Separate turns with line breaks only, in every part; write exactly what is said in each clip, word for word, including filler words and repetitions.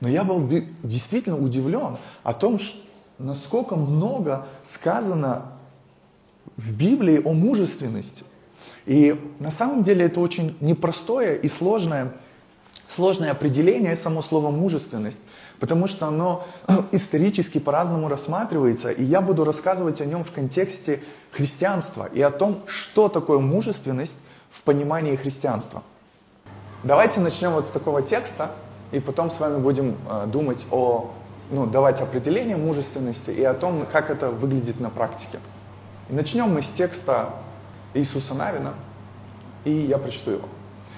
Но я был действительно удивлен о том, насколько много сказано в Библии о мужественности. И на самом деле это очень непростое и сложное, сложное определение, само слово «мужественность», потому что оно исторически по-разному рассматривается, и я буду рассказывать о нем в контексте христианства и о том, что такое мужественность в понимании христианства. Давайте начнем вот с такого текста, и потом с вами будем э, думать о, ну, давать определение мужественности и о том, как это выглядит на практике. И начнем мы с текста Иисуса Навина, и я прочту его.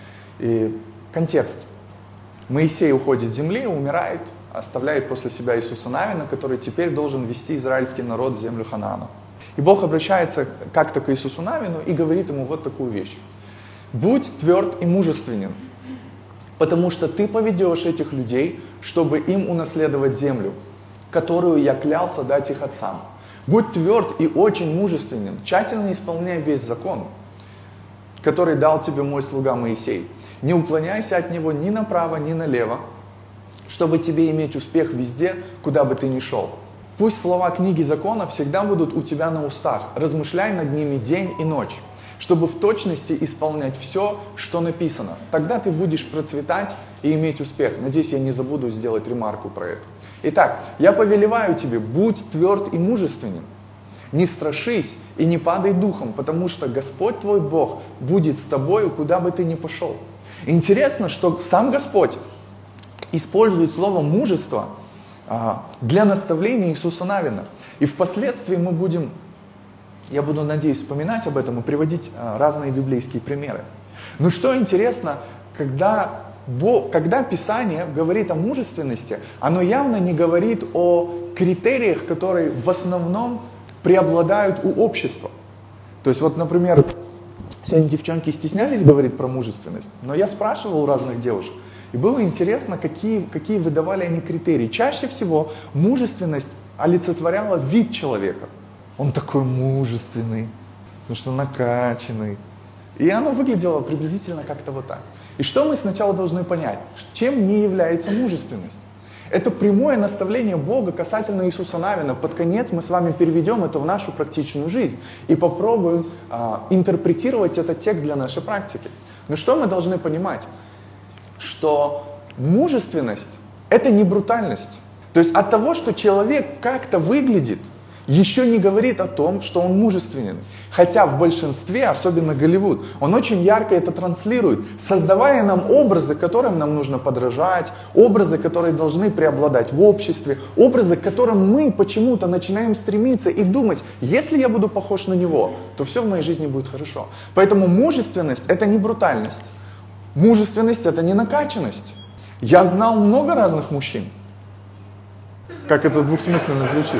И контекст. Моисей уходит с земли, умирает, оставляет после себя Иисуса Навина, который теперь должен вести израильский народ в землю Ханаана. И Бог обращается как-то к Иисусу Навину и говорит ему вот такую вещь. «Будь тверд и мужественен, потому что ты поведешь этих людей, чтобы им унаследовать землю, которую я клялся дать их отцам. Будь тверд и очень мужественен, тщательно исполняй весь закон, который дал тебе мой слуга Моисей. Не уклоняйся от него ни направо, ни налево, чтобы тебе иметь успех везде, куда бы ты ни шел. Пусть слова книги закона всегда будут у тебя на устах, размышляй над ними день и ночь, чтобы в точности исполнять все, что написано. Тогда ты будешь процветать и иметь успех». Надеюсь, я не забуду сделать ремарку про это. Итак, я повелеваю тебе, будь тверд и мужественен. Не страшись и не падай духом, потому что Господь твой Бог будет с тобою, куда бы ты ни пошел. Интересно, что сам Господь использует слово «мужество» для наставления Иисуса Навина. И впоследствии мы будем, я буду, надеюсь, вспоминать об этом и приводить разные библейские примеры. Но что интересно, когда, Бог, когда Писание говорит о мужественности, оно явно не говорит о критериях, которые в основном преобладают у общества. То есть вот, например, сегодня девчонки стеснялись говорить про мужественность, но я спрашивал у разных девушек, и было интересно, какие, какие выдавали они критерии. Чаще всего мужественность олицетворяла вид человека. Он такой мужественный, потому что накачанный. И оно выглядело приблизительно как-то вот так. И что мы сначала должны понять? Чем не является мужественность? Это прямое наставление Бога касательно Иисуса Навина. Под конец мы с вами переведем это в нашу практичную жизнь и попробуем а, интерпретировать этот текст для нашей практики. Но что мы должны понимать? Что мужественность – это не брутальность. То есть от того, что человек как-то выглядит, еще не говорит о том, что он мужественен. Хотя в большинстве, особенно Голливуд, он очень ярко это транслирует, создавая нам образы, которым нам нужно подражать, образы, которые должны преобладать в обществе, образы, к которым мы почему-то начинаем стремиться и думать, если я буду похож на него, то все в моей жизни будет хорошо. Поэтому мужественность – это не брутальность. Мужественность – это не накачанность. Я знал много разных мужчин. Как это двухсмысленно звучит.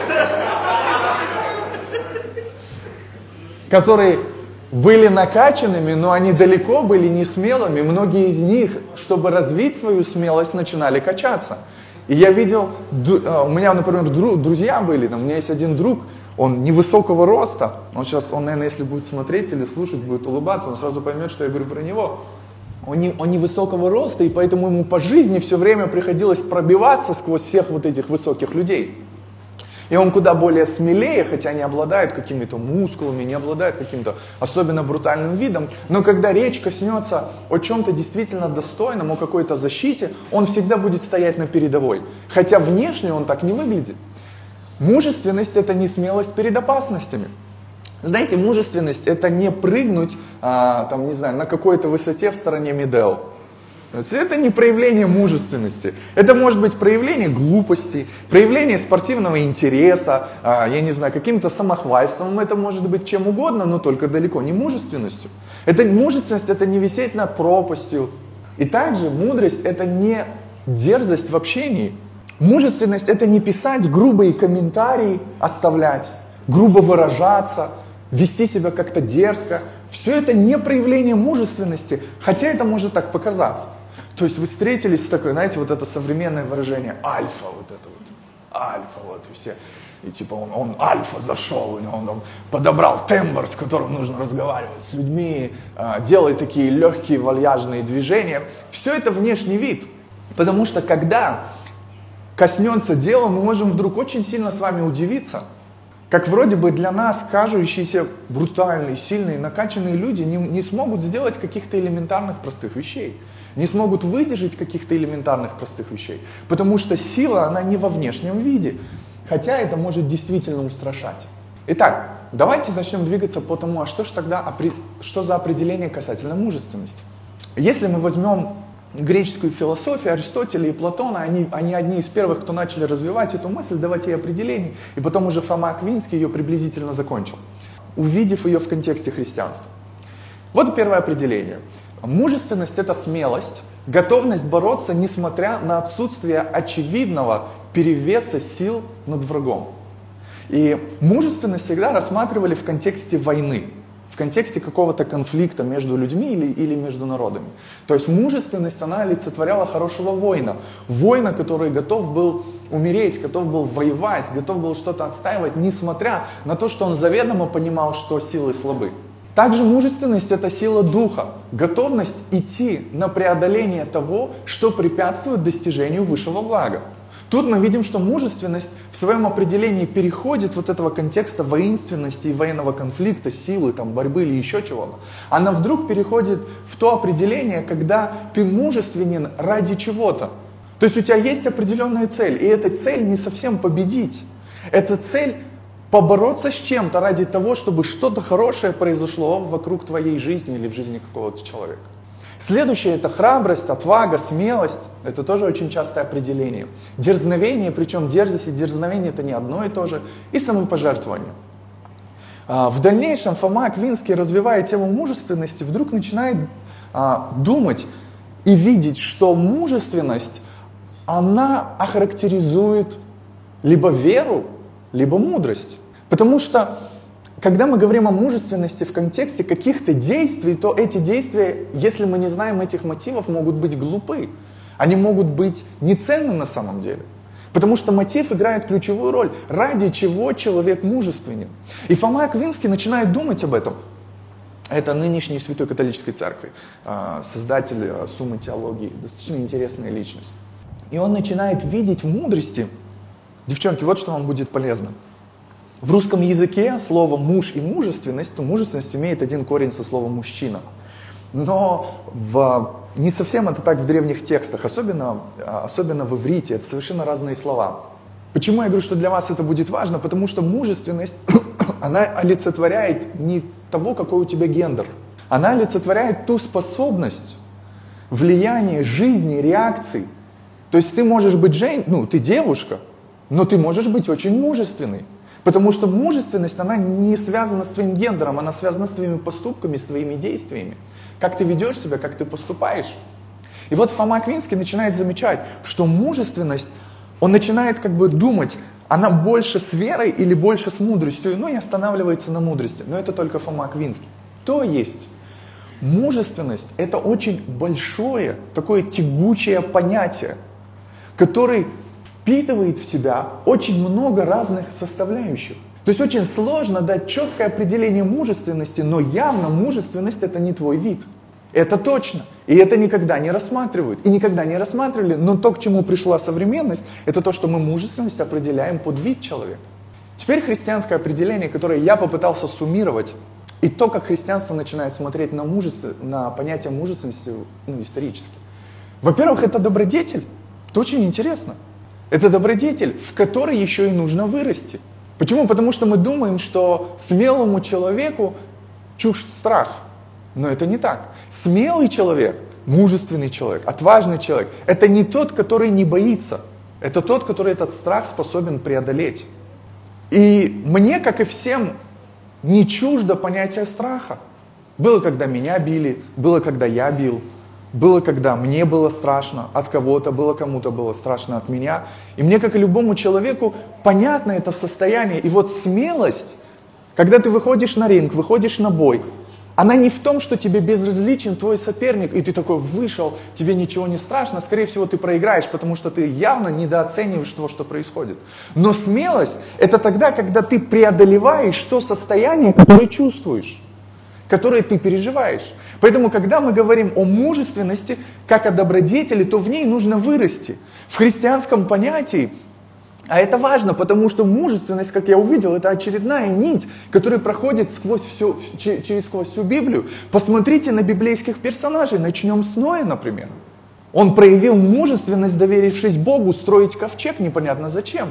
Которые были накачанными, но они далеко были не смелыми. Многие из них, чтобы развить свою смелость, начинали качаться. И я видел, у меня, например, друзья были, у меня есть один друг, он невысокого роста, он сейчас, он, наверное, если будет смотреть или слушать, будет улыбаться, он сразу поймет, что я говорю про него. Он, не, он невысокого роста, и поэтому ему по жизни все время приходилось пробиваться сквозь всех вот этих высоких людей. И он куда более смелее, хотя не обладает какими-то мускулами, не обладает каким-то особенно брутальным видом, но когда речь коснется о чем-то действительно достойном, о какой-то защите, он всегда будет стоять на передовой. Хотя внешне он так не выглядит. Мужественность – это не смелость перед опасностями. Знаете, мужественность – это не прыгнуть, а, там, не знаю, на какой-то высоте в стороне Медео. Это не проявление мужественности. Это может быть проявление глупости, проявление спортивного интереса, я не знаю, каким-то самохвальством. Это может быть чем угодно, но только далеко не мужественностью. Это, мужественность – это не висеть над пропастью. И также мудрость – это не дерзость в общении. Мужественность – это не писать грубые комментарии, оставлять, грубо выражаться, вести себя как-то дерзко. Все это не проявление мужественности, хотя это может так показаться. То есть вы встретились с такой, знаете, вот это современное выражение альфа, вот это вот, альфа, вот и все. И типа он, он альфа зашел, у него он, он подобрал тембр, с которым нужно разговаривать с людьми, э, делает такие легкие вальяжные движения. Все это внешний вид. Потому что когда коснется дела, мы можем вдруг очень сильно с вами удивиться, как вроде бы для нас кажущиеся брутальные, сильные, накачанные люди не, не смогут сделать каких-то элементарных простых вещей, не смогут выдержать каких-то элементарных простых вещей, потому что сила, она не во внешнем виде, хотя это может действительно устрашать. Итак, давайте начнем двигаться по тому, а что же тогда, что за определение касательно мужественности. Если мы возьмем греческую философию, Аристотеля и Платона, они, они одни из первых, кто начали развивать эту мысль, давать ей определение, и потом уже Фома Аквинский ее приблизительно закончил, увидев ее в контексте христианства. Вот первое определение. Мужественность – это смелость, готовность бороться, несмотря на отсутствие очевидного перевеса сил над врагом. И мужественность всегда рассматривали в контексте войны, в контексте какого-то конфликта между людьми или, или между народами. То есть мужественность, она олицетворяла хорошего воина. Воина, который готов был умереть, готов был воевать, готов был что-то отстаивать, несмотря на то, что он заведомо понимал, что силы слабы. Также мужественность – это сила духа, готовность идти на преодоление того, что препятствует достижению высшего блага. Тут мы видим, что мужественность в своем определении переходит вот этого контекста воинственности и военного конфликта, силы, там, борьбы или еще чего-то. Она вдруг переходит в то определение, когда ты мужественен ради чего-то. То есть у тебя есть определенная цель, и эта цель не совсем победить. Это цель побороться с чем-то ради того, чтобы что-то хорошее произошло вокруг твоей жизни или в жизни какого-то человека. Следующее – это храбрость, отвага, смелость. Это тоже очень частое определение. Дерзновение, причем дерзость и дерзновение – это не одно и то же. И самопожертвование. В дальнейшем Фома Аквинский, развивая тему мужественности, вдруг начинает думать и видеть, что мужественность, она охарактеризует либо веру, либо мудрость. Потому что когда мы говорим о мужественности в контексте каких-то действий, то эти действия, если мы не знаем этих мотивов, могут быть глупы. Они могут быть неценны на самом деле. Потому что мотив играет ключевую роль, ради чего человек мужественен. И Фома Аквинский начинает думать об этом. Это нынешний Святой Католической Церкви, создатель Суммы теологии, достаточно интересная личность. И он начинает видеть в мудрости, девчонки, вот что вам будет полезно. В русском языке слово «муж» и «мужественность», то мужественность имеет один корень со словом «мужчина». Но в, не совсем это так в древних текстах, особенно, особенно в иврите, это совершенно разные слова. Почему я говорю, что для вас это будет важно? Потому что мужественность, она олицетворяет не того, какой у тебя гендер. Она олицетворяет ту способность влияния жизни, реакций. То есть ты можешь быть жен... ну, ты девушка, но ты можешь быть очень мужественной. Потому что мужественность, она не связана с твоим гендером, она связана с твоими поступками, с твоими действиями. Как ты ведешь себя, как ты поступаешь. И вот Фома Аквинский начинает замечать, что мужественность, он начинает как бы думать, она больше с верой или больше с мудростью, ну и останавливается на мудрости. Но это только Фома Аквинский. То есть, мужественность – это очень большое, такое тягучее понятие, которое впитывает в себя очень много разных составляющих. То есть очень сложно дать четкое определение мужественности, но явно мужественность – это не твой вид. Это точно. И это никогда не рассматривают. И никогда не рассматривали, но то, к чему пришла современность, это то, что мы мужественность определяем под вид человека. Теперь христианское определение, которое я попытался суммировать, и то, как христианство начинает смотреть на, мужество, на понятие мужественности, ну, исторически. Во-первых, это добродетель. Это очень интересно. Это добродетель, в которой еще и нужно вырасти. Почему? Потому что мы думаем, что смелому человеку чужд страх. Но это не так. Смелый человек, мужественный человек, отважный человек, это не тот, который не боится. Это тот, который этот страх способен преодолеть. И мне, как и всем, не чуждо понятие страха. Было, когда меня били, было, когда я бил. Было, когда мне было страшно от кого-то, было кому-то было страшно от меня. И мне, как и любому человеку, понятно это состояние. И вот смелость, когда ты выходишь на ринг, выходишь на бой, она не в том, что тебе безразличен твой соперник, и ты такой вышел, тебе ничего не страшно. Скорее всего, ты проиграешь, потому что ты явно недооцениваешь то, что происходит. Но смелость – это тогда, когда ты преодолеваешь то состояние, которое чувствуешь, которое ты переживаешь. Поэтому, когда мы говорим о мужественности, как о добродетели, то в ней нужно вырасти. В христианском понятии, а это важно, потому что мужественность, как я увидел, это очередная нить, которая проходит сквозь всю, через сквозь всю Библию. Посмотрите на библейских персонажей, начнем с Ноя, например. Он проявил мужественность, доверившись Богу, строить ковчег непонятно зачем.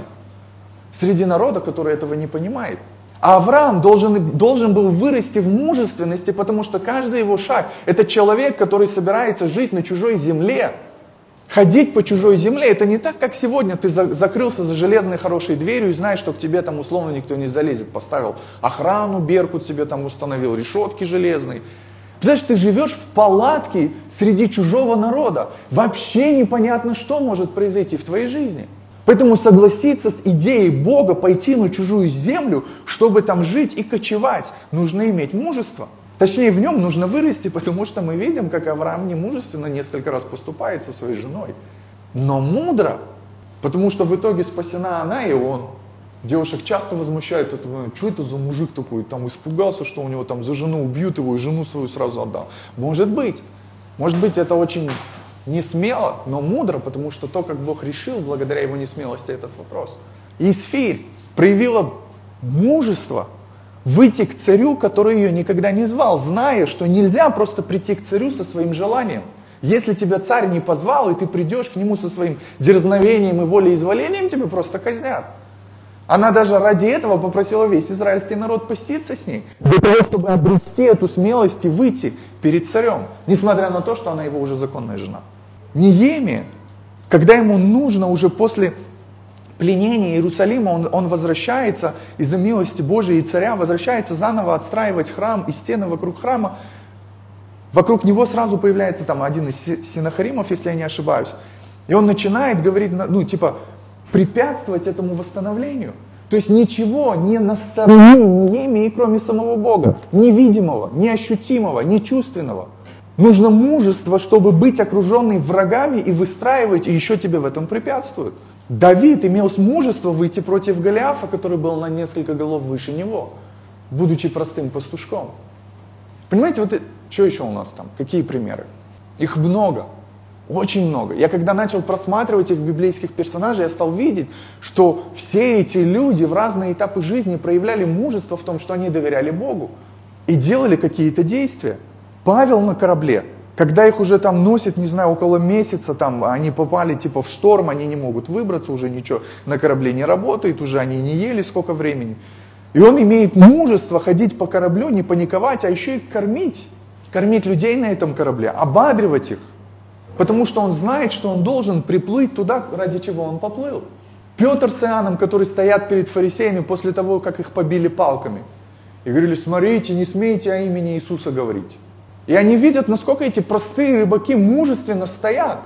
Среди народа, который этого не понимает. А Авраам должен, должен был вырасти в мужественности, потому что каждый его шаг – это человек, который собирается жить на чужой земле. Ходить по чужой земле – это не так, как сегодня ты за, закрылся за железной хорошей дверью и знаешь, что к тебе там условно никто не залезет. Поставил охрану, беркут себе там установил, решетки железные. Знаешь, ты живешь в палатке среди чужого народа. Вообще непонятно, что может произойти в твоей жизни. Поэтому согласиться с идеей Бога пойти на чужую землю, чтобы там жить и кочевать, нужно иметь мужество. Точнее, в нем нужно вырасти, потому что мы видим, как Авраам немужественно несколько раз поступает со своей женой. Но мудро, потому что в итоге спасена она и он. Девушек часто возмущают, это, что это за мужик такой, там испугался, что у него там за жену убьют его и жену свою сразу отдал. Может быть, может быть это очень не смело, но мудро, потому что то, как Бог решил, благодаря его несмелости этот вопрос. Исфирь проявила мужество выйти к царю, который ее никогда не звал, зная, что нельзя просто прийти к царю со своим желанием. Если тебя царь не позвал, и ты придешь к нему со своим дерзновением и волеизволением, тебя просто казнят. Она даже ради этого попросила весь израильский народ поститься с ней, для того, чтобы обрести эту смелость и выйти перед царем, несмотря на то, что она его уже законная жена. Неемия, когда ему нужно уже после пленения Иерусалима, он, он возвращается из-за милости Божией и царя, возвращается заново отстраивать храм и стены вокруг храма. Вокруг него сразу появляется там один из синахаримов, если я не ошибаюсь. И он начинает говорить, ну типа, препятствовать этому восстановлению. То есть ничего не на стороне Неемии, кроме самого Бога. Невидимого, неощутимого, нечувственного. Нужно мужество, чтобы быть окруженным врагами и выстраивать, и еще тебе в этом препятствуют. Давид имел мужество выйти против Голиафа, который был на несколько голов выше него, будучи простым пастушком. Понимаете, вот что еще у нас там? Какие примеры? Их много. Очень много. Я когда начал просматривать их библейских персонажей, я стал видеть, что все эти люди в разные этапы жизни проявляли мужество в том, что они доверяли Богу и делали какие-то действия. Павел на корабле, когда их уже там носит, не знаю, около месяца, там они попали типа в шторм, они не могут выбраться, уже ничего на корабле не работает, уже они не ели сколько времени. И он имеет мужество ходить по кораблю, не паниковать, а еще и кормить. Кормить людей на этом корабле, ободривать их. Потому что он знает, что он должен приплыть туда, ради чего он поплыл. Петр с Иоанном, которые стоят перед фарисеями после того, как их побили палками. И говорили, смотрите, не смейте о имени Иисуса говорить. И они видят, насколько эти простые рыбаки мужественно стоят.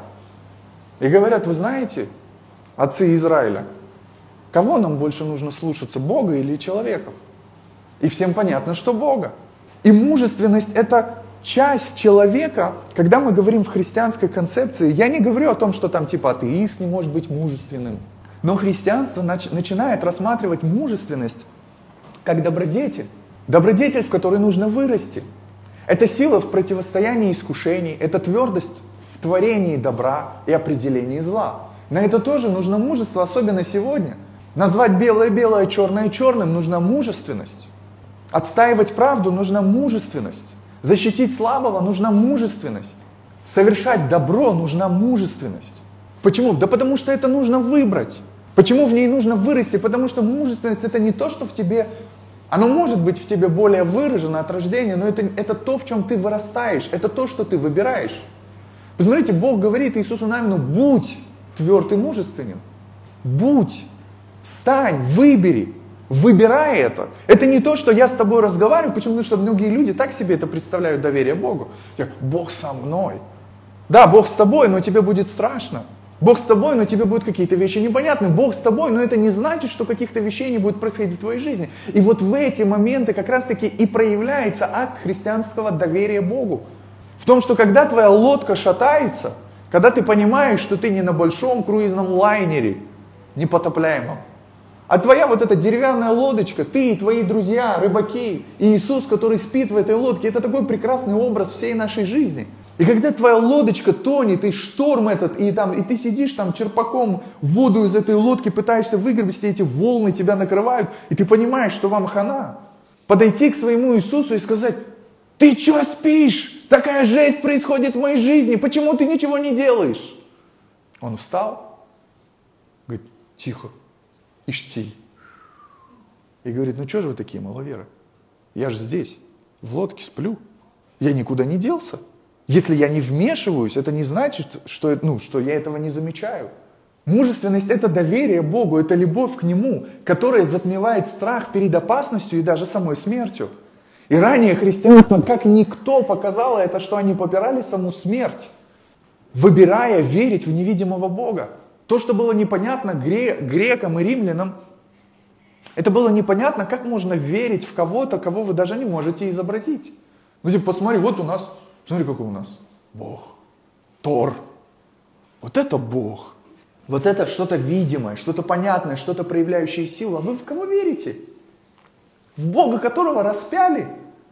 И говорят, вы знаете, отцы Израиля, кого нам больше нужно слушаться, Бога или человеков? И всем понятно, что Бога. И мужественность – это часть человека, когда мы говорим в христианской концепции, я не говорю о том, что там типа атеист не может быть мужественным. Но христианство нач- начинает рассматривать мужественность как добродетель. Добродетель, в которой нужно вырасти. Это сила в противостоянии искушений, это твердость в творении добра и определении зла. На это тоже нужно мужество, особенно сегодня. Назвать белое белое, черное черным нужна мужественность. Отстаивать правду нужна мужественность. Защитить слабого нужна мужественность. Совершать добро нужна мужественность. Почему? Да потому что это нужно выбрать. Почему в ней нужно вырасти? Потому что мужественность это не то, что в тебе... Оно может быть в тебе более выражено от рождения, но это, это то, в чем ты вырастаешь. Это то, что ты выбираешь. Посмотрите, Бог говорит Иисусу Навину, будь тверд и мужественен. Будь, стань, выбери. Выбирай это. Это не то, что я с тобой разговариваю, почему? Потому что многие люди так себе это представляют доверие Богу. Бог со мной. Да, Бог с тобой, но тебе будет страшно. Бог с тобой, но тебе будут какие-то вещи непонятны. Бог с тобой, но это не значит, что каких-то вещей не будет происходить в твоей жизни. И вот в эти моменты как раз-таки и проявляется акт христианского доверия Богу. В том, что когда твоя лодка шатается, когда ты понимаешь, что ты не на большом круизном лайнере, непотопляемом, а твоя вот эта деревянная лодочка, ты и твои друзья, рыбаки, и Иисус, который спит в этой лодке, это такой прекрасный образ всей нашей жизни. И когда твоя лодочка тонет, и шторм этот, и, там, и ты сидишь там черпаком воду из этой лодки, пытаешься выгребсти, эти волны тебя накрывают, и ты понимаешь, что вам хана. Подойти к своему Иисусу и сказать: ты что спишь? Такая жесть происходит в моей жизни, почему ты ничего не делаешь? Он встал, говорит: тихо, ишти. И говорит: ну что же вы такие маловеры? Я же здесь, в лодке сплю, я никуда не делся. Если я не вмешиваюсь, это не значит, что, ну, что я этого не замечаю. Мужественность – это доверие Богу, это любовь к Нему, которая затмевает страх перед опасностью и даже самой смертью. И ранее христианство, как никто, показало это, что они попирали саму смерть, выбирая верить в невидимого Бога. То, что было непонятно грекам и римлянам, это было непонятно, как можно верить в кого-то, кого вы даже не можете изобразить. Ну, типа, посмотри, вот у нас... Смотри, какой у нас Бог. Тор. Вот это Бог. Вот это что-то видимое, что-то понятное, что-то проявляющее силу. А вы в кого верите? В Бога, которого распяли,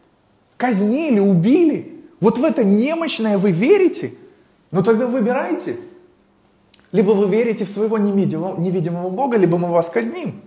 казнили, убили. Вот в это немощное вы верите? Ну тогда выбирайте. Либо вы верите в своего невидимого, невидимого Бога, либо мы вас казним.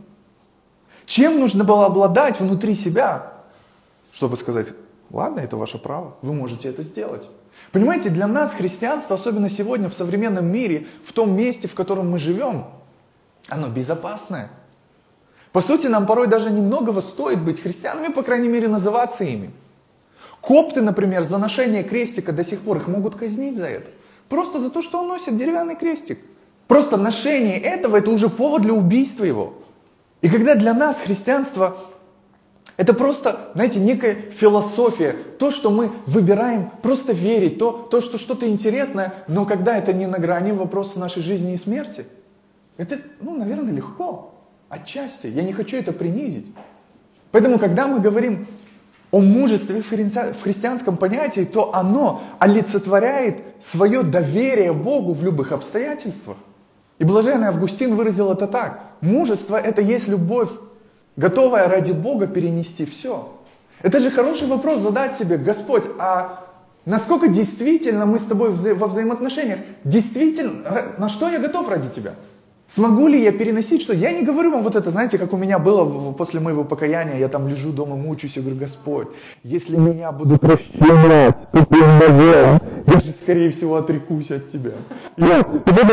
Чем нужно было обладать внутри себя, чтобы сказать: ладно, это ваше право, вы можете это сделать. Понимаете, для нас христианство, особенно сегодня в современном мире, в том месте, в котором мы живем, оно безопасное. По сути, нам порой даже немногого стоит быть христианами, по крайней мере, называться ими. Копты, например, за ношение крестика до сих пор их могут казнить за это. Просто за то, что он носит деревянный крестик. Просто ношение этого – это уже повод для убийства его. И когда для нас христианство – это просто, знаете, некая философия, то, что мы выбираем просто верить, то, то что что-то интересное, но когда это не на грани вопроса нашей жизни и смерти, это, ну, наверное, легко, отчасти. Я не хочу это принизить. Поэтому, когда мы говорим о мужестве в христианском понятии, то оно олицетворяет свое доверие Богу в любых обстоятельствах. И блаженный Августин выразил это так: мужество – это есть любовь, готовая ради Бога перенести все. Это же хороший вопрос задать себе: Господь, а насколько действительно мы с тобой вза- во взаимоотношениях, действительно, на что я готов ради тебя? Смогу ли я переносить что? Я не говорю вам вот это, знаете, как у меня было после моего покаяния, я там лежу дома, мучаюсь, я говорю: Господь, если меня будут расчленять тупым ножом, я же, скорее всего, отрекусь от тебя. Я,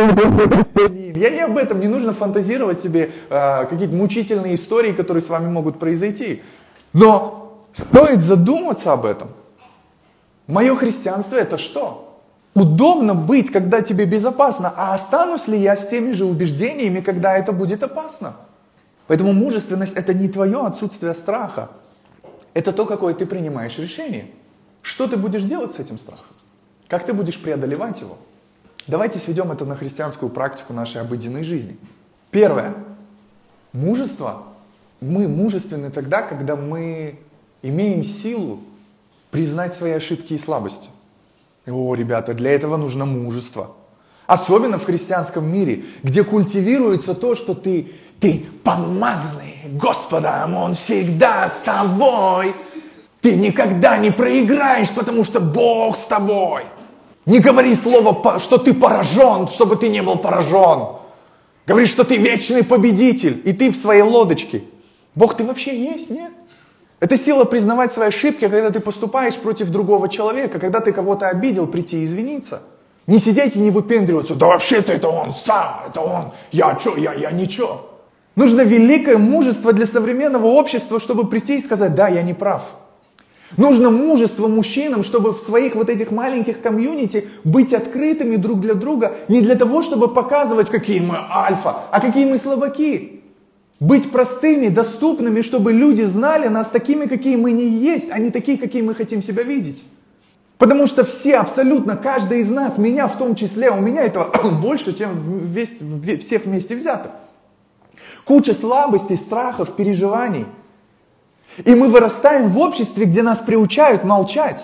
я не об этом, не нужно фантазировать себе э, какие-то мучительные истории, которые с вами могут произойти. Но стоит задуматься об этом. Мое христианство – это что? Удобно быть, когда тебе безопасно, а останусь ли я с теми же убеждениями, когда это будет опасно? Поэтому мужественность – это не твое отсутствие страха. Это то, какое ты принимаешь решение. Что ты будешь делать с этим страхом? Как ты будешь преодолевать его? Давайте сведем это на христианскую практику нашей обыденной жизни. Первое. Мужество. Мы мужественны тогда, когда мы имеем силу признать свои ошибки и слабости. О, ребята, для этого нужно мужество. Особенно в христианском мире, где культивируется то, что ты, ты помазанный Господом, Он всегда с тобой. Ты никогда не проиграешь, потому что Бог с тобой. Не говори слово, что ты поражен, чтобы ты не был поражен. Говори, что ты вечный победитель, и ты в своей лодочке. Бог, ты вообще есть, нет? Это сила признавать свои ошибки, когда ты поступаешь против другого человека, когда ты кого-то обидел, прийти и извиниться. Не сидеть и не выпендриваться: да вообще-то это он сам, это он, я чё, я, я ничего. Нужно великое мужество для современного общества, чтобы прийти и сказать: да, я не прав. Нужно мужество мужчинам, чтобы в своих вот этих маленьких комьюнити быть открытыми друг для друга, не для того, чтобы показывать, какие мы альфа, а какие мы слабаки. Быть простыми, доступными, чтобы люди знали нас такими, какие мы не есть, а не такие, какие мы хотим себя видеть. Потому что все, абсолютно каждый из нас, меня в том числе, у меня этого больше, чем весь, всех вместе взятых. Куча слабостей, страхов, переживаний. И мы вырастаем в обществе, где нас приучают молчать.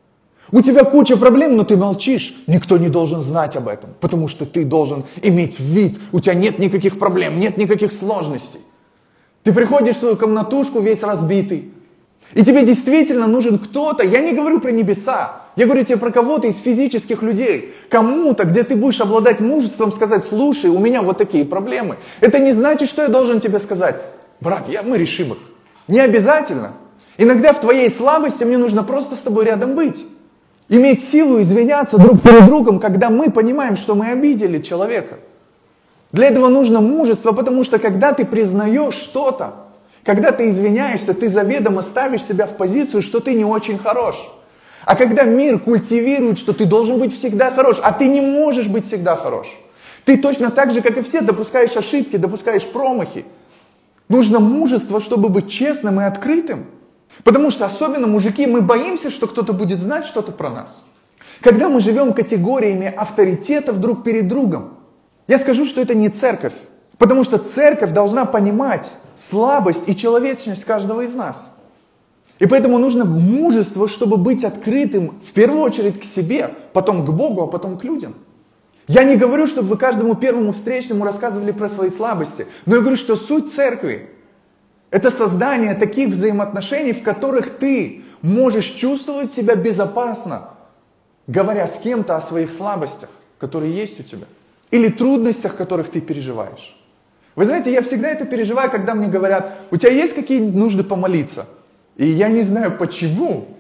У тебя куча проблем, но ты молчишь. Никто не должен знать об этом, потому что ты должен иметь вид. У тебя нет никаких проблем, нет никаких сложностей. Ты приходишь в свою комнатушку весь разбитый. И тебе действительно нужен кто-то. Я не говорю про небеса. Я говорю тебе про кого-то из физических людей. Кому-то, где ты будешь обладать мужеством сказать, слушай, у меня вот такие проблемы. Это не значит, что я должен тебе сказать, брат, я, мы решим их. Не обязательно. Иногда в твоей слабости мне нужно просто с тобой рядом быть. Иметь силу извиняться друг перед другом, когда мы понимаем, что мы обидели человека. Для этого нужно мужество, потому что когда ты признаешь что-то, когда ты извиняешься, ты заведомо ставишь себя в позицию, что ты не очень хорош. А когда мир культивирует, что ты должен быть всегда хорош, а ты не можешь быть всегда хорош. Ты точно так же, как и все, допускаешь ошибки, допускаешь промахи. Нужно мужество, чтобы быть честным и открытым. Потому что особенно мужики, мы боимся, что кто-то будет знать что-то про нас. Когда мы живем категориями авторитетов друг перед другом, я скажу, что это не церковь. Потому что церковь должна понимать слабость и человечность каждого из нас. И поэтому нужно мужество, чтобы быть открытым в первую очередь к себе, потом к Богу, а потом к людям. Я не говорю, чтобы вы каждому первому встречному рассказывали про свои слабости, но я говорю, что суть церкви – это создание таких взаимоотношений, в которых ты можешь чувствовать себя безопасно, говоря с кем-то о своих слабостях, которые есть у тебя, или трудностях, которых ты переживаешь. Вы знаете, я всегда это переживаю, когда мне говорят, у тебя есть какие-нибудь нужды помолиться? И я не знаю почему,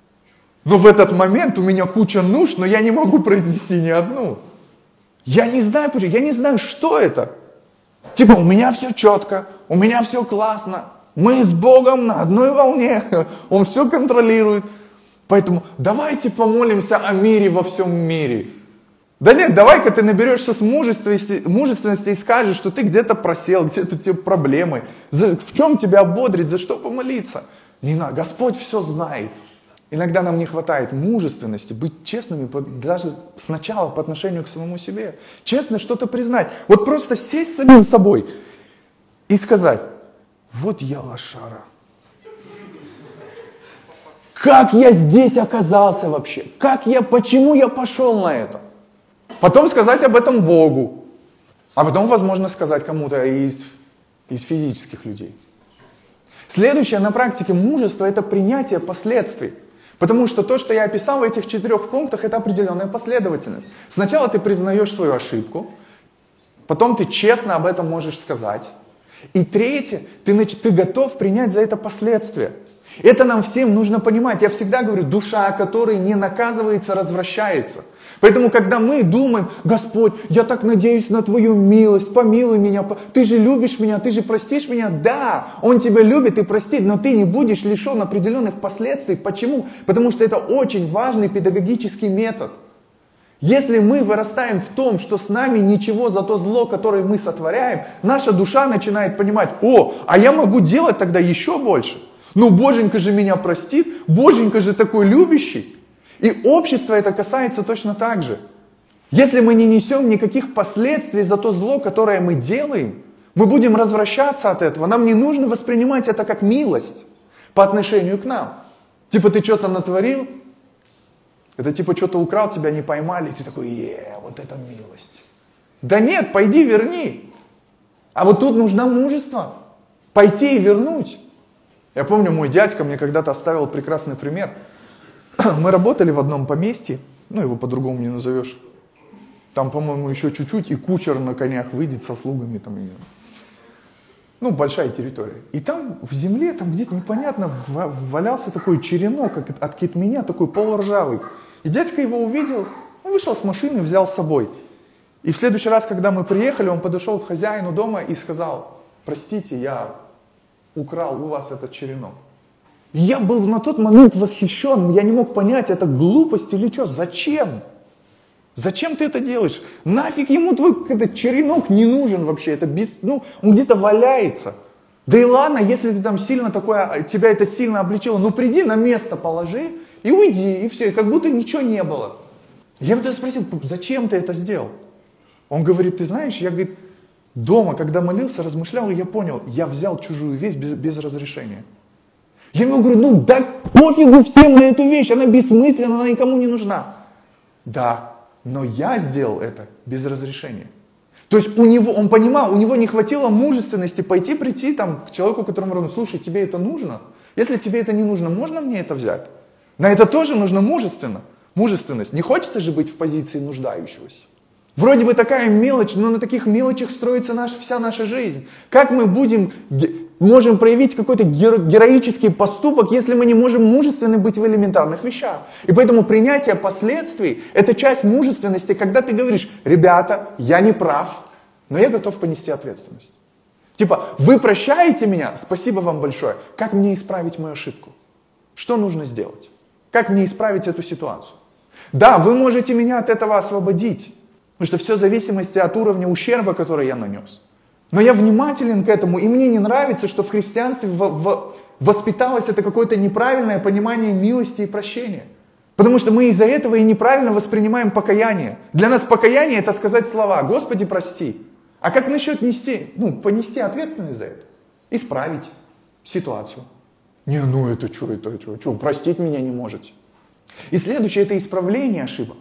но в этот момент у меня куча нужд, но я не могу произнести ни одну. Я не знаю почему, я не знаю, что это. Типа, у меня все четко, у меня все классно, мы с Богом на одной волне, Он все контролирует. Поэтому давайте помолимся о мире во всем мире. Да нет, давай-ка ты наберешься с мужественности, мужественности и скажешь, что ты где-то просел, где-то тебе проблемы. За, в чем тебя ободрить, за что помолиться? Не надо, Господь все знает. Иногда нам не хватает мужественности, быть честными даже сначала по отношению к самому себе. Честно что-то признать. Вот просто сесть с самим собой и сказать, вот я лошара. Как я здесь оказался вообще? Как я, почему я пошел на это? Потом сказать об этом Богу. А потом, возможно, сказать кому-то из, из физических людей. Следующее на практике мужества – это принятие последствий. Потому что то, что я описал в этих четырех пунктах, это определенная последовательность. Сначала ты признаешь свою ошибку, потом ты честно об этом можешь сказать. И третье, ты, ты готов принять за это последствия. Это нам всем нужно понимать. Я всегда говорю, душа, которая не наказывается, развращается. Поэтому, когда мы думаем, Господь, я так надеюсь на Твою милость, помилуй меня, Ты же любишь меня, Ты же простишь меня. Да, Он тебя любит и простит, но ты не будешь лишен определенных последствий. Почему? Потому что это очень важный педагогический метод. Если мы вырастаем в том, что с нами ничего за то зло, которое мы сотворяем, наша душа начинает понимать, о, а я могу делать тогда еще больше. Ну, Боженька же меня простит, Боженька же такой любящий. И общество это касается точно так же. Если мы не несем никаких последствий за то зло, которое мы делаем, мы будем развращаться от этого. Нам не нужно воспринимать это как милость по отношению к нам. Типа ты что-то натворил, это типа что-то украл, тебя не поймали, и ты такой, е, вот это милость. Да нет, пойди верни. А вот тут нужно мужество. Пойти и вернуть. Я помню, мой дядька мне когда-то оставил прекрасный пример. Мы работали в одном поместье, ну его по-другому не назовешь. Там, по-моему, еще чуть-чуть, и кучер на конях выйдет со слугами. Там, и... Ну, большая территория. И там в земле, там где-то непонятно, валялся такой черенок от китменя, такой полуржавый. И дядька его увидел, он вышел с машины, взял с собой. И в следующий раз, когда мы приехали, он подошел к хозяину дома и сказал, простите, я украл у вас этот черенок. Я был на тот момент восхищен, я не мог понять, это глупость или что, зачем? Зачем ты это делаешь? Нафиг ему твой этот черенок не нужен вообще, это без, ну, он где-то валяется. Да и ладно, если ты там сильно такое, тебя это сильно обличило, ну приди на место, положи и уйди, и все, и как будто ничего не было. Я его спросил, зачем ты это сделал? Он говорит, ты знаешь, я, говорит, дома, когда молился, размышлял, и я понял, я взял чужую вещь без, без разрешения. Я ему говорю, ну да пофигу всем на эту вещь, она бессмысленна, она никому не нужна. Да, но я сделал это без разрешения. То есть у него, он понимал, у него не хватило мужественности пойти, прийти там, к человеку, которому он, слушай, тебе это нужно? Если тебе это не нужно, можно мне это взять? На это тоже нужно мужественно. Мужественность. Не хочется же быть в позиции нуждающегося. Вроде бы такая мелочь, но на таких мелочах строится наша, вся наша жизнь. Как мы будем, можем проявить какой-то героический поступок, если мы не можем мужественны быть в элементарных вещах? И поэтому принятие последствий – это часть мужественности, когда ты говоришь: ребята, я не прав, но я готов понести ответственность. Типа, вы прощаете меня, спасибо вам большое. Как мне исправить мою ошибку? Что нужно сделать? Как мне исправить эту ситуацию? Да, вы можете меня от этого освободить. Потому что все в зависимости от уровня ущерба, который я нанес. Но я внимателен к этому, и мне не нравится, что в христианстве в, в, воспиталось это какое-то неправильное понимание милости и прощения. Потому что мы из-за этого и неправильно воспринимаем покаяние. Для нас покаяние — это сказать слова: «Господи, прости». А как насчет нести, ну, понести ответственность за это? Исправить ситуацию. Не, ну это что, это что, что, простить меня не можете. И следующее — это исправление ошибок.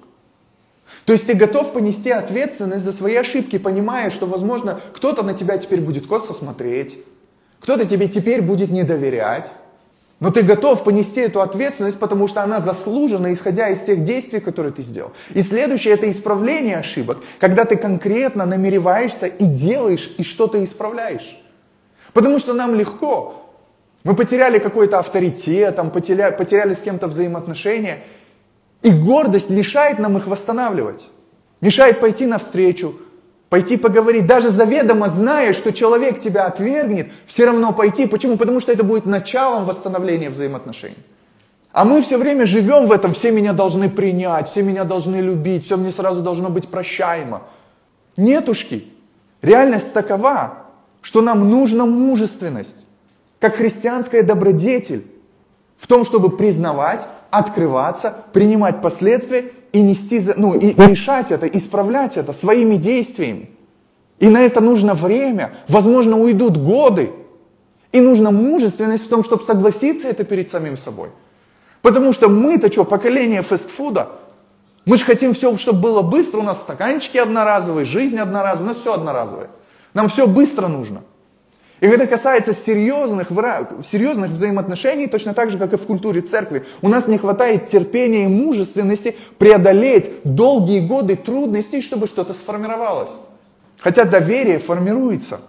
То есть ты готов понести ответственность за свои ошибки, понимая, что, возможно, кто-то на тебя теперь будет косо смотреть, кто-то тебе теперь будет не доверять, но ты готов понести эту ответственность, потому что она заслужена, исходя из тех действий, которые ты сделал. И следующее — это исправление ошибок, когда ты конкретно намереваешься и делаешь, и что-то исправляешь. Потому что нам легко. Мы потеряли какой-то авторитет, там, потеряли, потеряли с кем-то взаимоотношения, и гордость лишает нам их восстанавливать. Мешает пойти навстречу, пойти поговорить. Даже заведомо зная, что человек тебя отвергнет, все равно пойти. Почему? Потому что это будет началом восстановления взаимоотношений. А мы все время живем в этом: все меня должны принять, все меня должны любить, все мне сразу должно быть прощаемо. Нетушки. Реальность такова, что нам нужна мужественность, как христианская добродетель, в том, чтобы признавать, открываться, принимать последствия и нести, ну, и решать это, исправлять это своими действиями. И на это нужно время, возможно, уйдут годы. И нужна мужественность в том, чтобы согласиться это перед самим собой. Потому что мы-то что, поколение фастфуда? Мы же хотим все, чтобы было быстро, у нас стаканчики одноразовые, жизнь одноразовая, у нас все одноразовое. Нам все быстро нужно. И когда касается серьезных, серьезных взаимоотношений, точно так же, как и в культуре церкви, у нас не хватает терпения и мужественности преодолеть долгие годы трудностей, чтобы что-то сформировалось. Хотя доверие формируется.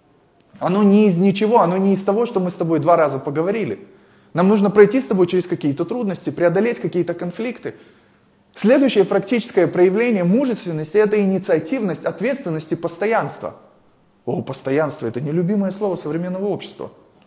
Оно не из ничего, оно не из того, что мы с тобой два раза поговорили. Нам нужно пройти с тобой через какие-то трудности, преодолеть какие-то конфликты. Следующее практическое проявление мужественности — это инициативность, ответственность и постоянство. О, постоянство — это нелюбимое слово современного общества.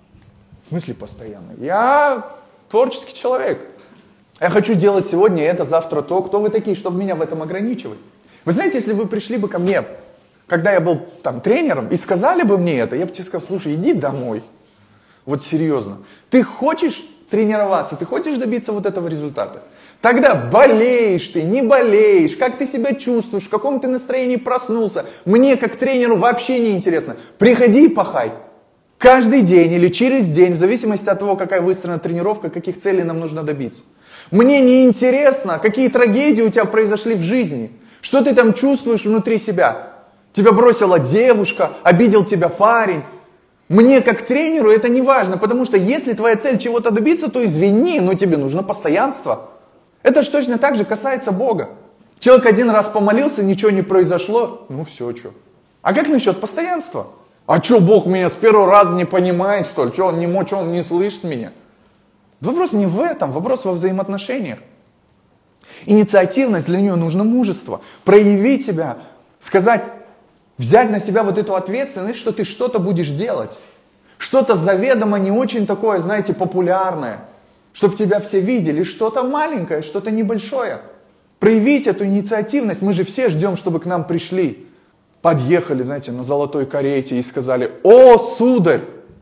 В смысле постоянно? Я творческий человек. Я хочу делать сегодня это, завтра то. Кто вы такие, чтобы меня в этом ограничивать? Вы знаете, если вы пришли бы ко мне, когда я был там тренером, и сказали бы мне это, я бы тебе сказал: слушай, иди домой. Вот серьезно. Ты хочешь тренироваться, ты хочешь добиться вот этого результата? Тогда болеешь ты, не болеешь, как ты себя чувствуешь, в каком ты настроении проснулся. Мне, как тренеру, вообще не интересно. Приходи и пахай. Каждый день или через день, в зависимости от того, какая выстроена тренировка, каких целей нам нужно добиться. Мне не интересно, какие трагедии у тебя произошли в жизни. Что ты там чувствуешь внутри себя. Тебя бросила девушка, обидел тебя парень. Мне, как тренеру, это не важно, потому что если твоя цель чего-то добиться, то извини, но тебе нужно постоянство. Это же точно так же касается Бога. Человек один раз помолился, ничего не произошло, ну все, что. А как насчет постоянства? А что, Бог меня с первого раза не понимает, что ли? Что он не мог, что он не слышит меня? Вопрос не в этом, вопрос во взаимоотношениях. Инициативность, для нее нужно мужество. Проявить себя, сказать, взять на себя вот эту ответственность, что ты что-то будешь делать. Что-то заведомо не очень такое, знаете, популярное. Чтобы тебя все видели, что-то маленькое, что-то небольшое. Проявить эту инициативность. Мы же все ждем, чтобы к нам пришли. Подъехали, знаете, на золотой карете и сказали: о, сударь,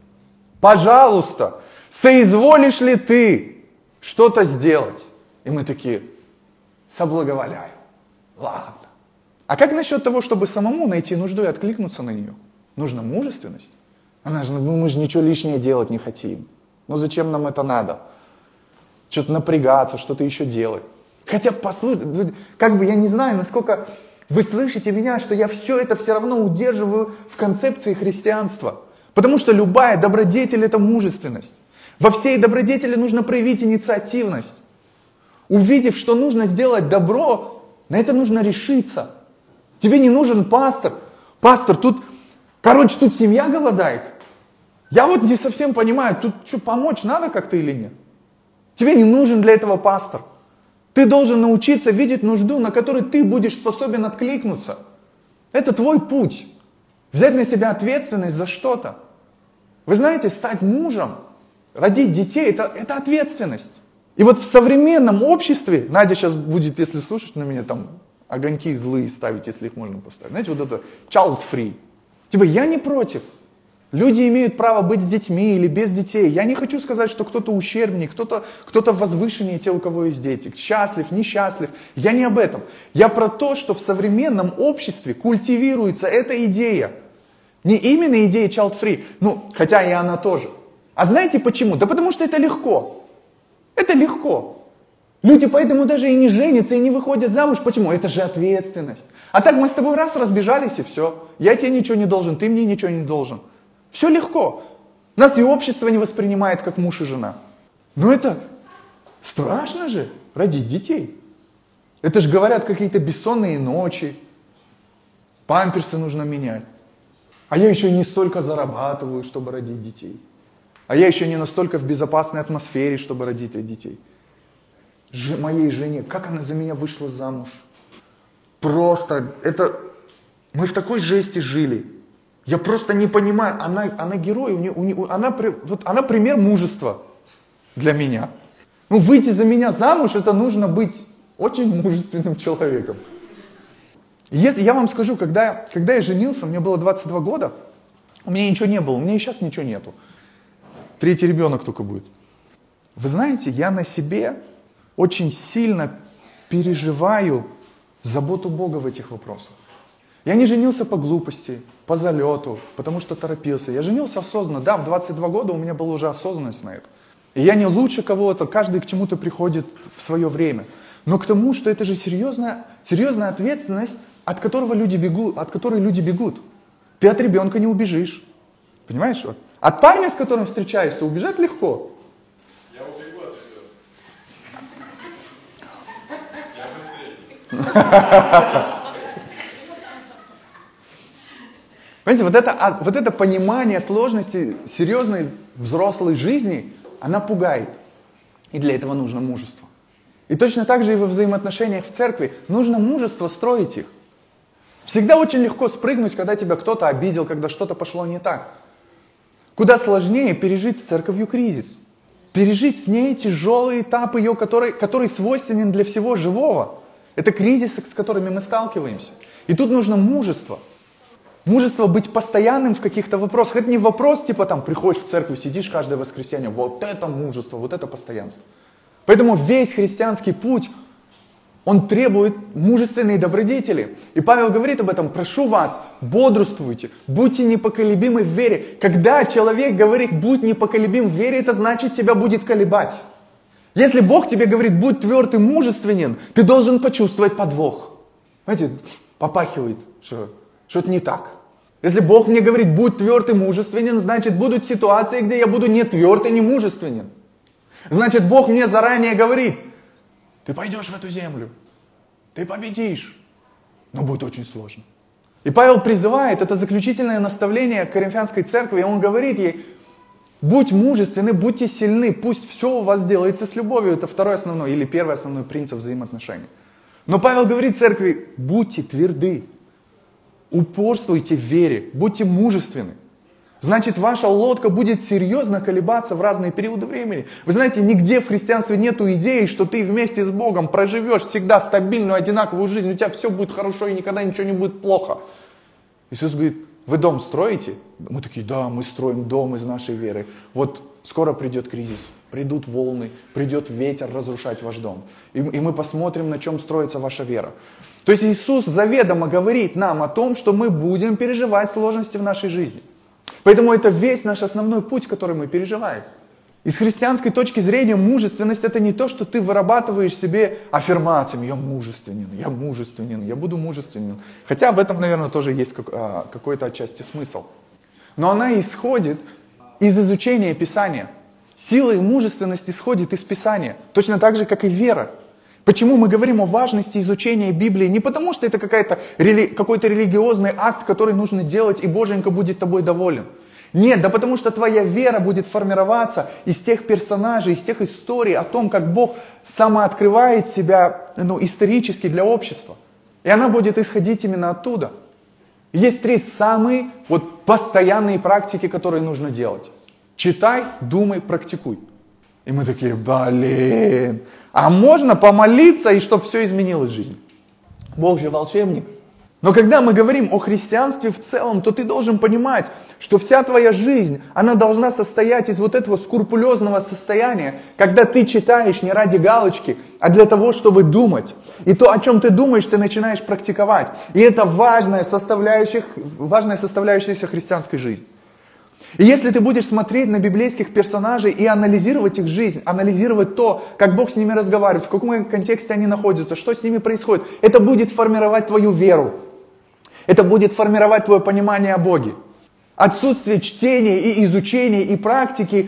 пожалуйста, соизволишь ли ты что-то сделать? И мы такие: соблаговоляю. Ладно. А как насчет того, чтобы самому найти нужду и откликнуться на нее? Нужна мужественность. Она же, ну, мы же ничего лишнего делать не хотим. Ну зачем нам это надо? Что-то напрягаться, что-то еще делать. Хотя, послушайте, как бы я не знаю, насколько вы слышите меня, что я все это все равно удерживаю в концепции христианства. Потому что любая добродетель — это мужественность. Во всей добродетели нужно проявить инициативность. Увидев, что нужно сделать добро, на это нужно решиться. Тебе не нужен пастор. Пастор, тут, короче, тут семья голодает. Я вот не совсем понимаю, тут что, помочь надо как-то или нет? Тебе не нужен для этого пастор. Ты должен научиться видеть нужду, на которую ты будешь способен откликнуться. Это твой путь. Взять на себя ответственность за что-то. Вы знаете, стать мужем, родить детей, это, это ответственность. И вот в современном обществе, Надя сейчас будет, если слушать на меня, там огоньки злые ставить, если их можно поставить. Знаете, вот это child free. Типа я не против. Люди имеют право быть с детьми или без детей. Я не хочу сказать, что кто-то ущербнее, кто-то, кто-то возвышеннее те, у кого есть дети. Счастлив, несчастлив. Я не об этом. Я про то, что в современном обществе культивируется эта идея. Не именно идея child free, ну, хотя и она тоже. А знаете почему? Да потому что это легко. Это легко. Люди поэтому даже и не женятся, и не выходят замуж. Почему? Это же ответственность. А так мы с тобой раз разбежались, и все. Я тебе ничего не должен, ты мне ничего не должен. Все легко. Нас и общество не воспринимает как муж и жена. Но это страшно же, родить детей. Это же говорят какие-то бессонные ночи. Памперсы нужно менять. А я еще не столько зарабатываю, чтобы родить детей. А я еще не настолько в безопасной атмосфере, чтобы родить детей. Ж, моей жене, как она за меня вышла замуж. Просто, это, мы в такой жести жили. Я просто не понимаю, она, она герой, у нее, у нее, она, вот, она пример мужества для меня. Ну, выйти за меня замуж, это нужно быть очень мужественным человеком. Если я вам скажу, когда, когда я женился, мне было двадцать два года, у меня ничего не было, у меня и сейчас ничего нету. Третий ребенок только будет. Вы знаете, я на себе очень сильно переживаю заботу Бога в этих вопросах. Я не женился по глупости, по залету, потому что торопился. Я женился осознанно. Да, в двадцать два года у меня была уже осознанность на это. И я не лучше кого-то, каждый к чему-то приходит в свое время. Но к тому, что это же серьезная, серьезная ответственность, от, которого люди бегут, от которой люди бегут. Ты от ребенка не убежишь. Понимаешь? Вот. От парня, с которым встречаешься, убежать легко.
Я убегу от ребенка. Я быстрее.
Понимаете, вот это, вот это понимание сложности серьезной взрослой жизни, она пугает. И для этого нужно мужество. И точно так же и во взаимоотношениях в церкви. Нужно мужество строить их. Всегда очень легко спрыгнуть, когда тебя кто-то обидел, когда что-то пошло не так. Куда сложнее пережить с церковью кризис. Пережить с ней тяжелый этап ее, который, который свойственен для всего живого. Это кризисы, с которыми мы сталкиваемся. И тут нужно мужество. Мужество быть постоянным в каких-то вопросах. Это не вопрос, типа там приходишь в церковь, сидишь каждое воскресенье. Вот это мужество, вот это постоянство. Поэтому весь христианский путь, он требует мужественной добродетели. И Павел говорит об этом: прошу вас, бодрствуйте, будьте непоколебимы в вере. Когда человек говорит, будь непоколебим в вере, это значит, тебя будет колебать. Если Бог тебе говорит, будь тверд и мужественен, ты должен почувствовать подвох. Знаете, попахивает, что что-то не так. Если Бог мне говорит, будь тверд и мужественен, значит, будут ситуации, где я буду не тверд и не мужественен. Значит, Бог мне заранее говорит, ты пойдешь в эту землю, ты победишь, но будет очень сложно. И Павел призывает, это заключительное наставление Коринфянской церкви, и он говорит ей, будь мужественны, будьте сильны, пусть все у вас делается с любовью. Это второй основной или первый основной принцип взаимоотношений. Но Павел говорит церкви, будьте тверды, упорствуйте в вере, будьте мужественны. Значит, ваша лодка будет серьезно колебаться в разные периоды времени. Вы знаете, нигде в христианстве нету идеи, что ты вместе с Богом проживешь всегда стабильную, одинаковую жизнь, у тебя все будет хорошо и никогда ничего не будет плохо. Иисус говорит, вы дом строите? Мы такие, да, мы строим дом из нашей веры. Вот скоро придет кризис, придут волны, придет ветер разрушать ваш дом. И, и мы посмотрим, на чем строится ваша вера. То есть Иисус заведомо говорит нам о том, что мы будем переживать сложности в нашей жизни. Поэтому это весь наш основной путь, который мы переживаем. И с христианской точки зрения мужественность это не то, что ты вырабатываешь себе аффирмациями. Я мужественен, я мужественен, я буду мужественен. Хотя в этом, наверное, тоже есть какой-то отчасти смысл. Но она исходит из изучения Писания. Сила и мужественность исходит из Писания. Точно так же, как и вера. Почему мы говорим о важности изучения Библии? Не потому, что это какая-то, рели... какой-то религиозный акт, который нужно делать, и Боженька будет тобой доволен. Нет, да потому что твоя вера будет формироваться из тех персонажей, из тех историй о том, как Бог самооткрывает себя ну, исторически для общества. И она будет исходить именно оттуда. Есть три самые вот, постоянные практики, которые нужно делать. Читай, думай, практикуй. И мы такие, блин, а можно помолиться, и чтобы все изменилось в жизни? Бог же волшебник. Но когда мы говорим о христианстве в целом, то ты должен понимать, что вся твоя жизнь, она должна состоять из вот этого скрупулезного состояния, когда ты читаешь не ради галочки, а для того, чтобы думать. И то, о чем ты думаешь, ты начинаешь практиковать. И это важная составляющая, важная составляющая христианской жизни. И если ты будешь смотреть на библейских персонажей и анализировать их жизнь, анализировать то, как Бог с ними разговаривает, в каком контексте они находятся, что с ними происходит, это будет формировать твою веру. Это будет формировать твое понимание о Боге. Отсутствие чтения и изучения и практики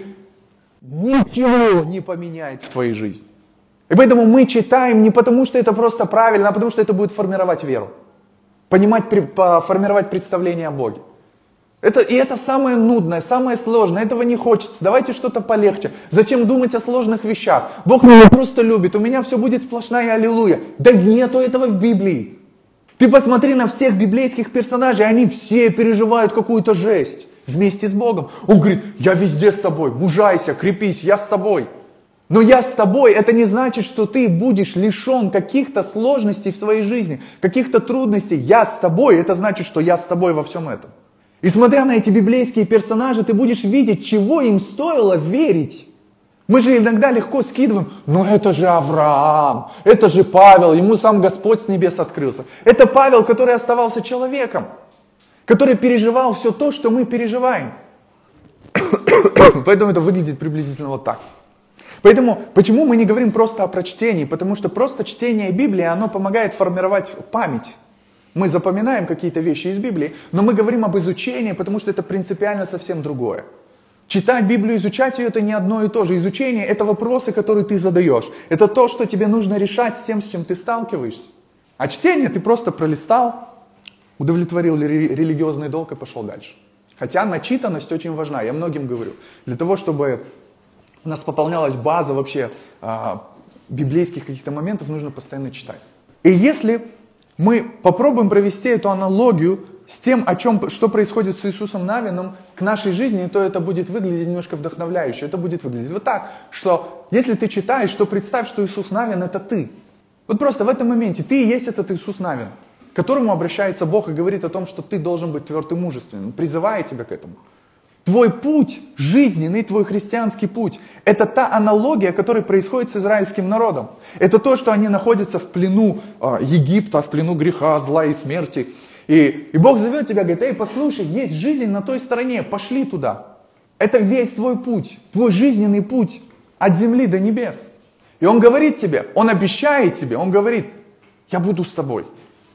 ничего не поменяет в твоей жизни. И поэтому мы читаем не потому, что это просто правильно, а потому, что это будет формировать веру. Понимать, формировать представление о Боге. Это, и это самое нудное, самое сложное, этого не хочется. Давайте что-то полегче. Зачем думать о сложных вещах? Бог меня просто любит, у меня все будет сплошная аллилуйя. Да нету этого в Библии. Ты посмотри на всех библейских персонажей, они все переживают какую-то жесть вместе с Богом. Он говорит, я везде с тобой, мужайся, крепись, я с тобой. Но я с тобой, это не значит, что ты будешь лишен каких-то сложностей в своей жизни, каких-то трудностей. Я с тобой, это значит, что я с тобой во всем этом. И смотря на эти библейские персонажи, ты будешь видеть, чего им стоило верить. Мы же иногда легко скидываем, ну это же Авраам, это же Павел, ему сам Господь с небес открылся. Это Павел, который оставался человеком, который переживал все то, что мы переживаем. Поэтому это выглядит приблизительно вот так. Поэтому, почему мы не говорим просто о прочтении? Потому что просто чтение Библии, оно помогает формировать память. Мы запоминаем какие-то вещи из Библии, но мы говорим об изучении, потому что это принципиально совсем другое. Читать Библию, изучать ее, это не одно и то же. Изучение – это вопросы, которые ты задаешь. Это то, что тебе нужно решать с тем, с чем ты сталкиваешься. А чтение ты просто пролистал, удовлетворил религиозный долг и пошел дальше. Хотя начитанность очень важна, я многим говорю. Для того, чтобы у нас пополнялась база вообще а, библейских каких-то моментов, нужно постоянно читать. И если мы попробуем провести эту аналогию с тем, о чем, что происходит с Иисусом Навином к нашей жизни, то это будет выглядеть немножко вдохновляюще. Это будет выглядеть вот так, что если ты читаешь, то представь, что Иисус Навин – это ты. Вот просто в этом моменте ты и есть этот Иисус Навин, к которому обращается Бог и говорит о том, что ты должен быть твердым и мужественным, призывая тебя к этому. Твой путь, жизненный твой христианский путь, это та аналогия, которая происходит с израильским народом. Это то, что они находятся в плену э, Египта, в плену греха, зла и смерти. И, и Бог зовет тебя, говорит, эй, послушай, есть жизнь на той стороне, пошли туда. Это весь твой путь, твой жизненный путь от земли до небес. И Он говорит тебе, Он обещает тебе, Он говорит, я буду с тобой,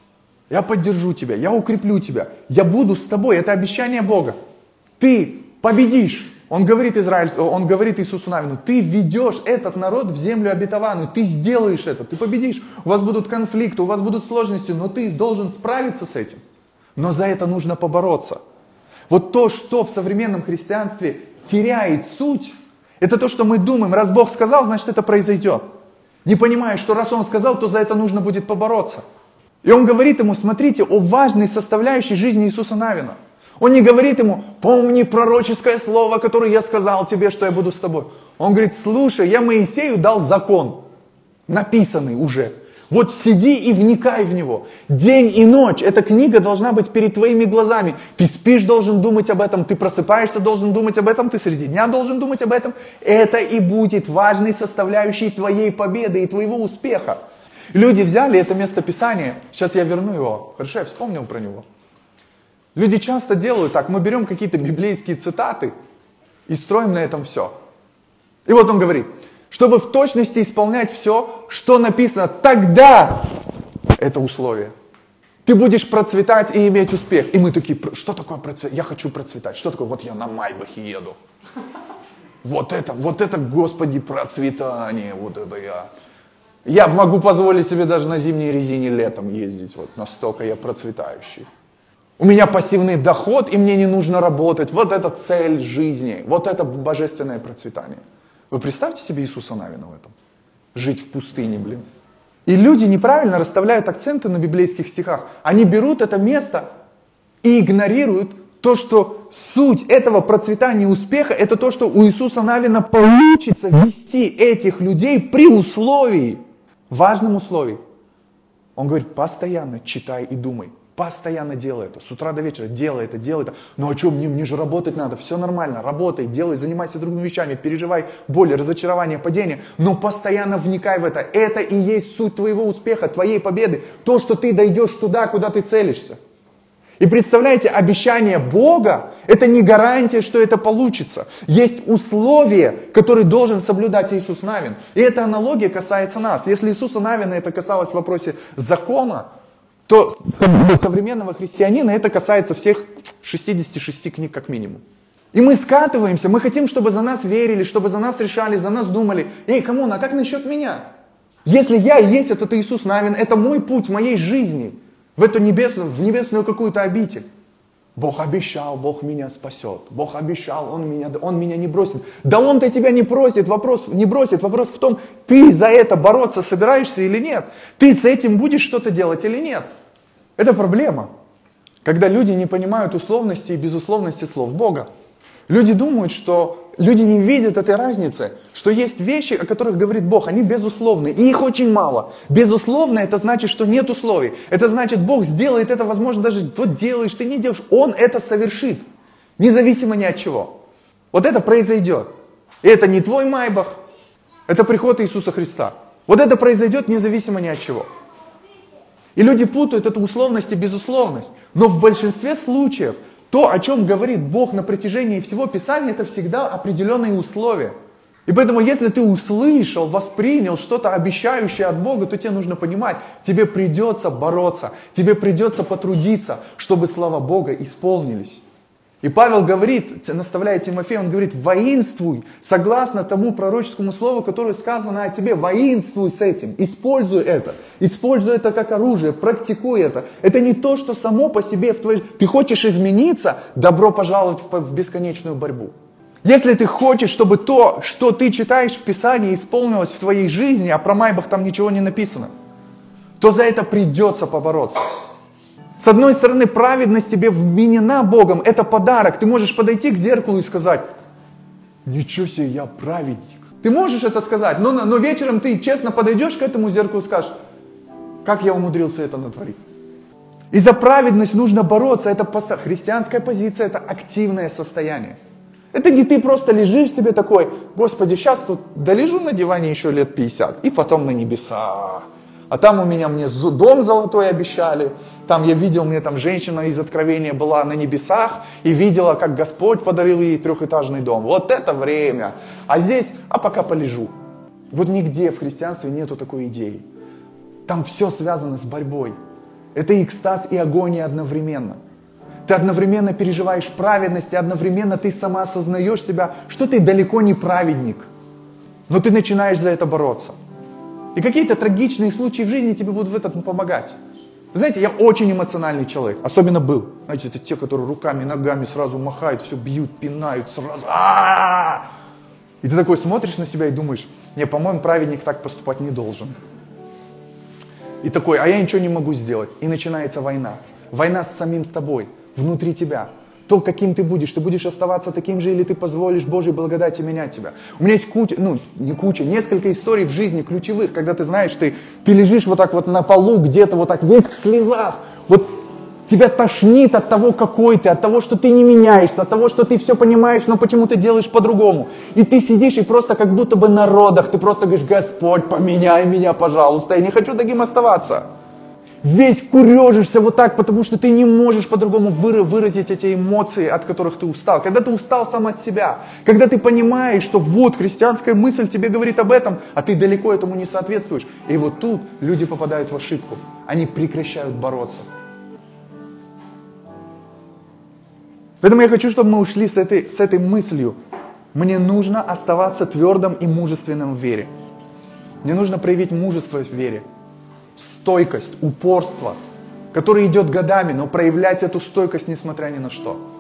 я поддержу тебя, я укреплю тебя, я буду с тобой, это обещание Бога. Ты победишь. Он говорит, Израиль, он говорит Иисусу Навину, ты ведешь этот народ в землю обетованную, ты сделаешь это, ты победишь. У вас будут конфликты, у вас будут сложности, но ты должен справиться с этим. Но за это нужно побороться. Вот то, что в современном христианстве теряет суть, это то, что мы думаем, раз Бог сказал, значит это произойдет. Не понимая, что раз Он сказал, то за это нужно будет побороться. И Он говорит ему, смотрите, о важной составляющей жизни Иисуса Навина. Он не говорит ему, помни пророческое слово, которое я сказал тебе, что я буду с тобой. Он говорит, слушай, я Моисею дал закон, написанный уже. Вот сиди и вникай в него. День и ночь, эта книга должна быть перед твоими глазами. Ты спишь, должен думать об этом, ты просыпаешься, должен думать об этом, ты среди дня должен думать об этом. Это и будет важной составляющей твоей победы и твоего успеха. Люди взяли это местописание, сейчас я верну его, хорошо, я вспомнил про него. Люди часто делают так, мы берем какие-то библейские цитаты и строим на этом все. И вот он говорит, чтобы в точности исполнять все, что написано, тогда это условие. Ты будешь процветать и иметь успех. И мы такие, что такое процветать? Я хочу процветать. Что такое? Вот я на Майбахе еду. Вот это, вот это, Господи, процветание, вот это я. Я могу позволить себе даже на зимней резине летом ездить, вот настолько я процветающий. У меня пассивный доход, и мне не нужно работать. Вот это цель жизни, вот это божественное процветание. Вы представьте себе Иисуса Навина в этом? Жить в пустыне, блин. И люди неправильно расставляют акценты на библейских стихах. Они берут это место и игнорируют то, что суть этого процветания и успеха, это то, что у Иисуса Навина получится вести этих людей при условии, важном условии. Он говорит, постоянно читай и думай. Постоянно делай это. С утра до вечера делай это, делай это. Ну а что, мне, мне же работать надо. Все нормально. Работай, делай, занимайся другими вещами. Переживай боли, разочарования, падения. Но постоянно вникай в это. Это и есть суть твоего успеха, твоей победы. То, что ты дойдешь туда, куда ты целишься. И представляете, обещание Бога, это не гарантия, что это получится. Есть условия, которые должен соблюдать Иисус Навин. И эта аналогия касается нас. Если Иисуса Навина это касалось в вопросе закона, то современного христианина это касается всех шестидесяти шести книг как минимум. И мы скатываемся, мы хотим, чтобы за нас верили, чтобы за нас решали, за нас думали. Эй, камон, а как насчет меня? Если я и есть этот Иисус Навин, это мой путь моей жизни в эту небесную, в небесную какую-то обитель. Бог обещал, Бог меня спасет. Бог обещал, Он меня, Он меня не бросит. Да Он-то тебя не бросит, вопрос, не бросит. Вопрос в том, ты за это бороться собираешься или нет? Ты с этим будешь что-то делать или нет? Это проблема, когда люди не понимают условности и безусловности слов Бога. Люди думают, что люди не видят этой разницы, что есть вещи, о которых говорит Бог, они безусловны, и их очень мало. Безусловно, это значит, что нет условий. Это значит, Бог сделает это, возможно, даже вот делаешь, ты не делаешь, Он это совершит, независимо ни от чего. Вот это произойдет. И это не твой майбах, это приход Иисуса Христа. Вот это произойдет независимо ни от чего. И люди путают эту условность и безусловность. Но в большинстве случаев то, о чем говорит Бог на протяжении всего Писания, это всегда определенные условия. И поэтому, если ты услышал, воспринял что-то обещающее от Бога, то тебе нужно понимать, тебе придется бороться, тебе придется потрудиться, чтобы слова Бога исполнились. И Павел говорит, наставляя Тимофея, он говорит, воинствуй, согласно тому пророческому слову, которое сказано о тебе, воинствуй с этим, используй это, используй это как оружие, практикуй это. Это не то, что само по себе в твоей... Ты хочешь измениться, добро пожаловать в бесконечную борьбу. Если ты хочешь, чтобы то, что ты читаешь в Писании, исполнилось в твоей жизни, а про майбах там ничего не написано, то за это придется побороться. С одной стороны, праведность тебе вменена Богом, это подарок. Ты можешь подойти к зеркалу и сказать, ничего себе, я праведник. Ты можешь это сказать, но, но вечером ты честно подойдешь к этому зеркалу и скажешь, как я умудрился это натворить. И за праведность нужно бороться, это христианская позиция, это активное состояние. Это не ты просто лежишь себе такой, Господи, сейчас тут долежу на диване еще лет пятьдесят, и потом на небеса. А там у меня мне дом золотой обещали. Там я видел, мне там женщина из Откровения была на небесах и видела, как Господь подарил ей трехэтажный дом. Вот это время. А здесь, а пока полежу. Вот нигде в христианстве нету такой идеи. Там все связано с борьбой. Это экстаз и агония одновременно. Ты одновременно переживаешь праведность, и одновременно ты сама осознаешь себя, что ты далеко не праведник. Но ты начинаешь за это бороться. И какие-то трагичные случаи в жизни тебе будут в этом помогать. Вы знаете, я очень эмоциональный человек, особенно был. Знаете, это те, которые руками, ногами сразу махают, все бьют, пинают сразу. А-а-а! И ты такой смотришь на себя и думаешь, не, по-моему, праведник так поступать не должен. И такой, а я ничего не могу сделать. И начинается война. Война с самим с тобой, внутри тебя. То, каким ты будешь. Ты будешь оставаться таким же, или ты позволишь Божьей благодати менять тебя. У меня есть куча, ну, не куча, несколько историй в жизни ключевых, когда ты знаешь, ты, ты лежишь вот так вот на полу, где-то вот так весь в слезах. Вот тебя тошнит от того, какой ты, от того, что ты не меняешься, от того, что ты все понимаешь, но почему-то делаешь по-другому. И ты сидишь и просто как будто бы на родах, ты просто говоришь, Господь, поменяй меня, пожалуйста, я не хочу таким оставаться. Весь курежишься вот так, потому что ты не можешь по-другому выразить эти эмоции, от которых ты устал. Когда ты устал сам от себя, когда ты понимаешь, что вот христианская мысль тебе говорит об этом, а ты далеко этому не соответствуешь. И вот тут люди попадают в ошибку. Они прекращают бороться. Поэтому я хочу, чтобы мы ушли с этой, с этой мыслью. Мне нужно оставаться твердым и мужественным в вере. Мне нужно проявить мужество в вере, стойкость, упорство, которое идет годами, но проявлять эту стойкость несмотря ни на что.